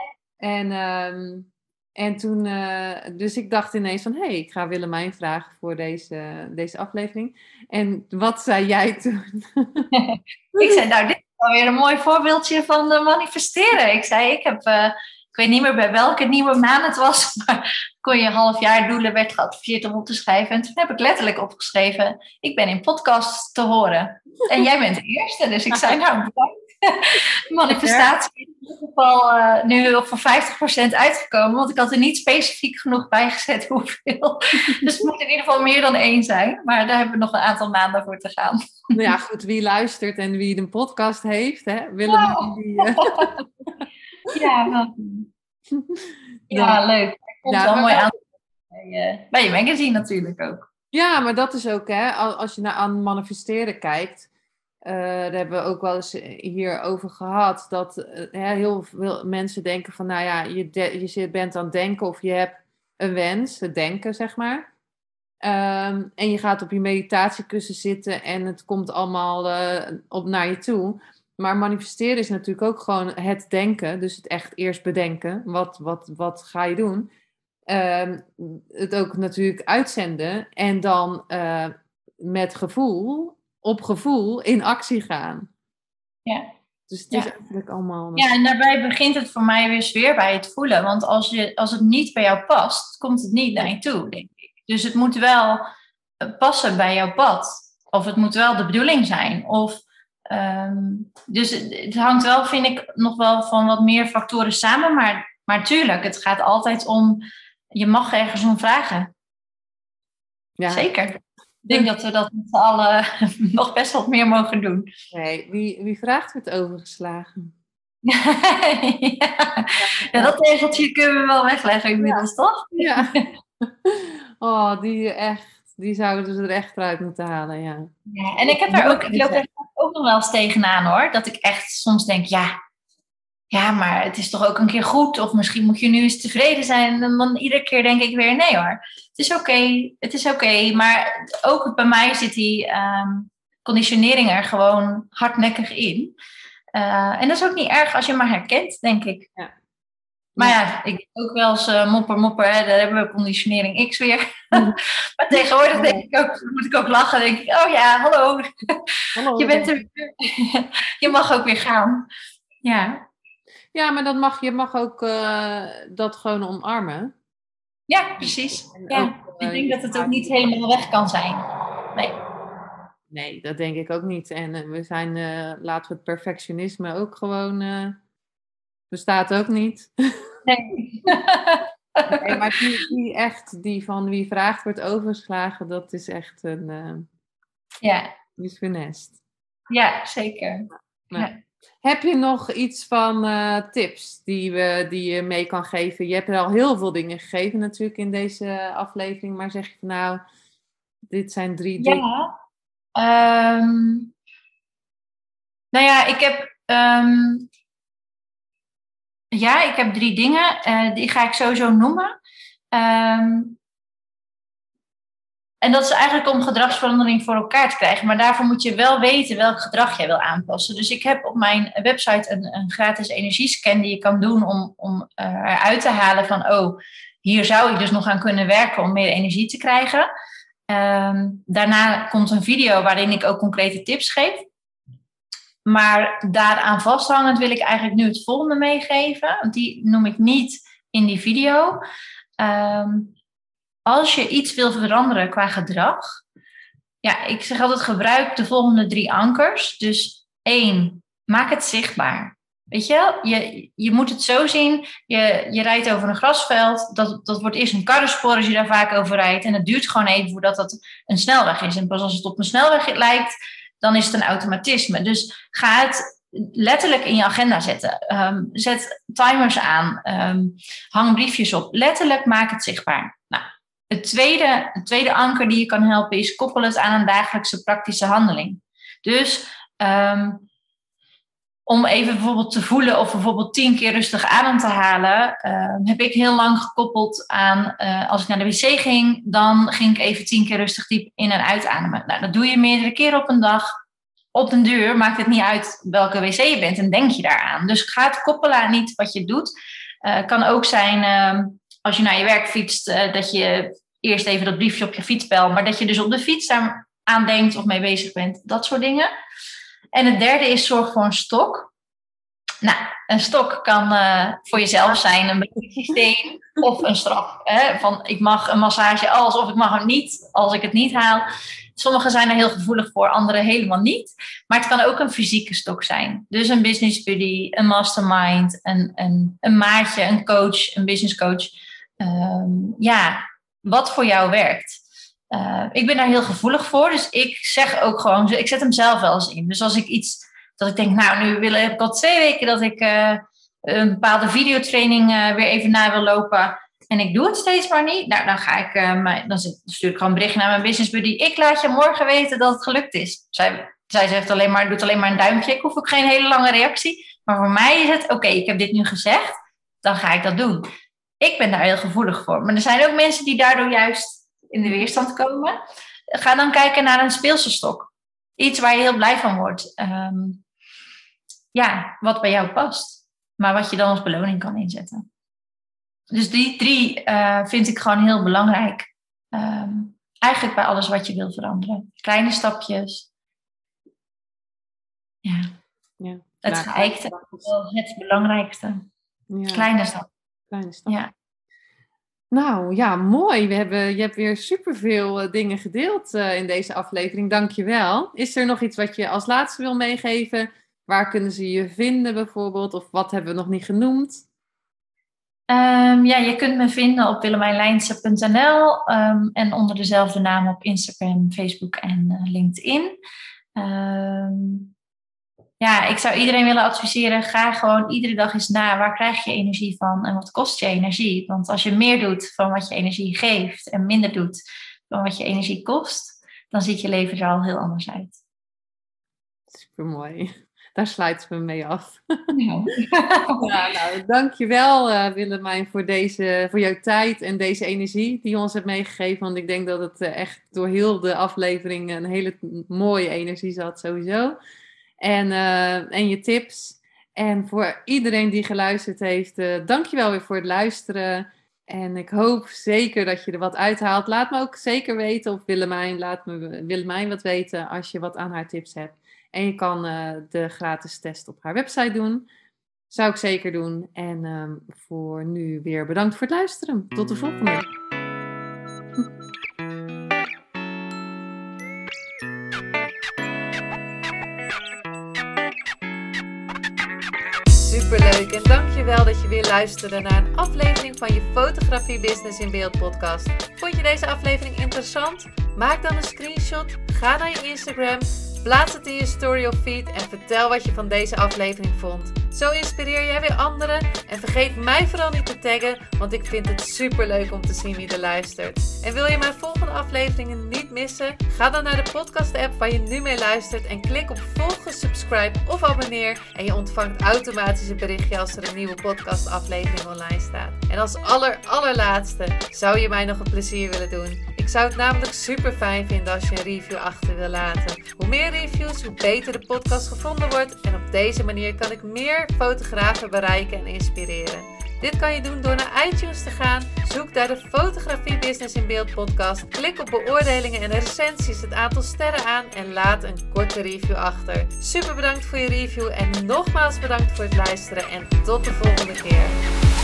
En toen, dus ik dacht ineens van, ik ga Willemijn vragen voor deze aflevering. En wat zei jij toen? Ik zei, nou, dit is alweer een mooi voorbeeldje van manifesteren. Ik zei, ik weet niet meer bij welke nieuwe maan het was, maar kon je halfjaardoelen, werd geadviseerd om op te schrijven. En toen heb ik letterlijk opgeschreven, ik ben in podcast te horen. En jij bent de eerste, dus ik zei, nou, bedankt. Manifestatie is in ieder geval nu voor 50% uitgekomen, want ik had er niet specifiek genoeg bij gezet hoeveel. Dus het moet in ieder geval meer dan 1 zijn, maar daar hebben we nog een aantal maanden voor te gaan. Nou ja, goed, wie luistert en wie een podcast heeft, hè? Willemijn die... Ja, leuk. Ik vond het wel mooi aan bij je magazine natuurlijk ook. Ja, maar dat is ook, hè, als je aan manifesteren kijkt, daar hebben we ook wel eens hier over gehad, dat heel veel mensen denken van, nou ja, je bent aan het denken of je hebt een wens, het denken, zeg maar. En je gaat op je meditatiekussen zitten en het komt allemaal naar je toe. Maar manifesteren is natuurlijk ook gewoon het denken. Dus het echt eerst bedenken. Wat ga je doen? Het ook natuurlijk uitzenden. En dan met op gevoel in actie gaan. Ja. Dus het is eigenlijk allemaal... Ja, en daarbij begint het voor mij weer bij het voelen. Want als het niet bij jou past, komt het niet naar je toe, denk ik. Dus het moet wel passen bij jouw pad. Of het moet wel de bedoeling zijn. Dus het hangt wel, vind ik, nog wel van wat meer factoren samen. Maar tuurlijk, het gaat altijd om... Je mag ergens om vragen. Ja. Zeker. Ik denk dat we dat met z'n allen nog best wat meer mogen doen. Nee, wie vraagt het overgeslagen? Ja, dat tegeltje kunnen we wel wegleggen inmiddels, toch? Ja. Oh, die echt. Die zouden ze er echt uit moeten halen, ja. Ja, en ik loop daar ook nog wel eens tegenaan hoor. Dat ik echt soms denk, ja, maar het is toch ook een keer goed. Of misschien moet je nu eens tevreden zijn. En dan iedere keer denk ik weer, nee hoor. Het is oké. Maar ook bij mij zit die conditionering er gewoon hardnekkig in. En dat is ook niet erg als je maar herkent, denk ik. Ja. Maar ja, ik ook wel eens mopper, hè, daar hebben we conditionering X weer. Maar tegenwoordig denk ik ook, moet ik ook lachen. Denk ik, oh ja, hallo. Je bent er weer. Je mag ook weer gaan. Ja. Ja, maar je mag ook dat gewoon omarmen. Ja, precies. Ja. Ook, Ik denk dat het ook niet helemaal weg kan zijn. Nee, dat denk ik ook niet. En laten we het perfectionisme ook gewoon, bestaat ook niet. Nee. Nee, maar die van wie vraagt wordt overgeslagen, dat is echt die is funest. Ja, zeker. Ja. Heb je nog iets van tips die je mee kan geven? Je hebt er al heel veel dingen gegeven natuurlijk in deze aflevering, maar zeg je van nou, dit zijn 3 dingen. Nou ja, ik heb 3 dingen. Die ga ik sowieso noemen. En dat is eigenlijk om gedragsverandering voor elkaar te krijgen. Maar daarvoor moet je wel weten welk gedrag jij wil aanpassen. Dus ik heb op mijn website een gratis energiescan die je kan doen om eruit te halen van, oh, hier zou ik dus nog aan kunnen werken om meer energie te krijgen. Daarna komt een video waarin ik ook concrete tips geef. Maar daaraan vasthangend wil ik eigenlijk nu het volgende meegeven. Want die noem ik niet in die video. Als je iets wil veranderen qua gedrag. Ja, ik zeg altijd gebruik de volgende 3 ankers. Dus 1, maak het zichtbaar. Weet je wel? Je moet het zo zien. Je rijdt over een grasveld. Dat wordt eerst een karrenspoor als je daar vaak over rijdt. En het duurt gewoon even voordat dat een snelweg is. En pas als het op een snelweg lijkt, dan is het een automatisme. Dus ga het letterlijk in je agenda zetten. Zet timers aan. Hang briefjes op. Letterlijk maak het zichtbaar. Nou, het tweede anker die je kan helpen is koppel het aan een dagelijkse praktische handeling. Dus om even bijvoorbeeld te voelen of bijvoorbeeld 10 keer rustig adem te halen, heb ik heel lang gekoppeld aan als ik naar de wc ging, dan ging ik even 10 keer rustig diep in- en uitademen. Nou, dat doe je meerdere keren op een dag. Op den duur maakt het niet uit welke wc je bent en denk je daaraan. Dus ga het koppelen aan niet wat je doet. Kan ook zijn als je naar je werk fietst, dat je eerst even dat briefje op je fiets belt, maar dat je dus op de fiets daar aan denkt of mee bezig bent. Dat soort dingen. En het derde is zorg voor een stok. Nou, een stok kan voor jezelf zijn een systeem of een straf. Van ik mag een massage als of ik mag hem niet als ik het niet haal. Sommigen zijn er heel gevoelig voor, anderen helemaal niet. Maar het kan ook een fysieke stok zijn. Dus een business buddy, een mastermind, een maatje, een coach, een business coach. Wat voor jou werkt. Ik ben daar heel gevoelig voor. Dus ik zeg ook gewoon, ik zet hem zelf wel eens in. Dus als ik iets, dat ik denk, nou heb ik al 2 weken dat ik een bepaalde videotraining weer even na wil lopen. En ik doe het steeds maar niet. Nou, dan ga ik, dan stuur ik gewoon een berichtje naar mijn business buddy. Ik laat je morgen weten dat het gelukt is. Zij zegt doet alleen maar een duimpje. Ik hoef ook geen hele lange reactie. Maar voor mij is het, oké, ik heb dit nu gezegd. Dan ga ik dat doen. Ik ben daar heel gevoelig voor. Maar er zijn ook mensen die daardoor juist in de weerstand komen. Ga dan kijken naar een speelse stok. Iets waar je heel blij van wordt. Wat bij jou past. Maar wat je dan als beloning kan inzetten. Dus die 3 vind ik gewoon heel belangrijk. Eigenlijk bij alles wat je wil veranderen. Kleine stapjes. Ja. Het geëikte is wel het belangrijkste. Ja. Kleine stap. Ja. Nou ja, mooi. Je hebt weer superveel dingen gedeeld in deze aflevering. Dank je wel. Is er nog iets wat je als laatste wil meegeven? Waar kunnen ze je vinden bijvoorbeeld? Of wat hebben we nog niet genoemd? Je kunt me vinden op willemijnlijnse.nl en onder dezelfde naam op Instagram, Facebook en LinkedIn. Ik zou iedereen willen adviseren, ga gewoon iedere dag eens na. Waar krijg je energie van en wat kost je energie? Want als je meer doet van wat je energie geeft en minder doet van wat je energie kost, dan ziet je leven er al heel anders uit. Supermooi. Daar sluiten we mee af. Ja. Ja, nou, dankjewel Willemijn voor jouw tijd en deze energie die je ons hebt meegegeven. Want ik denk dat het echt door heel de aflevering een hele mooie energie zat sowieso. En je tips. En voor iedereen die geluisterd heeft, dankjewel weer voor het luisteren. En ik hoop zeker dat je er wat uithaalt. Laat me ook zeker weten, of laat me Willemijn wat weten als je wat aan haar tips hebt. En je kan de gratis test op haar website doen. Zou ik zeker doen. En voor nu weer bedankt voor het luisteren. Tot de volgende. Superleuk en dankjewel dat je weer luisterde naar een aflevering van je Fotografie Business in Beeld podcast. Vond je deze aflevering interessant? Maak dan een screenshot, ga naar je Instagram, plaats het in je story of feed en vertel wat je van deze aflevering vond. Zo inspireer jij weer anderen en vergeet mij vooral niet te taggen, want ik vind het superleuk om te zien wie er luistert. En wil je mijn volgende afleveringen niet missen? Ga dan naar de podcast app waar je nu mee luistert en klik op volgen, subscribe of abonneer en je ontvangt automatisch een berichtje als er een nieuwe podcast aflevering online staat. En als allerlaatste zou je mij nog een plezier willen doen. Ik zou het namelijk super fijn vinden als je een review achter wil laten. Hoe meer reviews, hoe beter de podcast gevonden wordt en op deze manier kan ik meer fotografen bereiken en inspireren. Dit kan je doen door naar iTunes te gaan, zoek daar de Fotografie Business in Beeld podcast, klik op beoordelingen en recensies, het aantal sterren aan en laat een korte review achter. Super bedankt voor je review en nogmaals bedankt voor het luisteren en tot de volgende keer.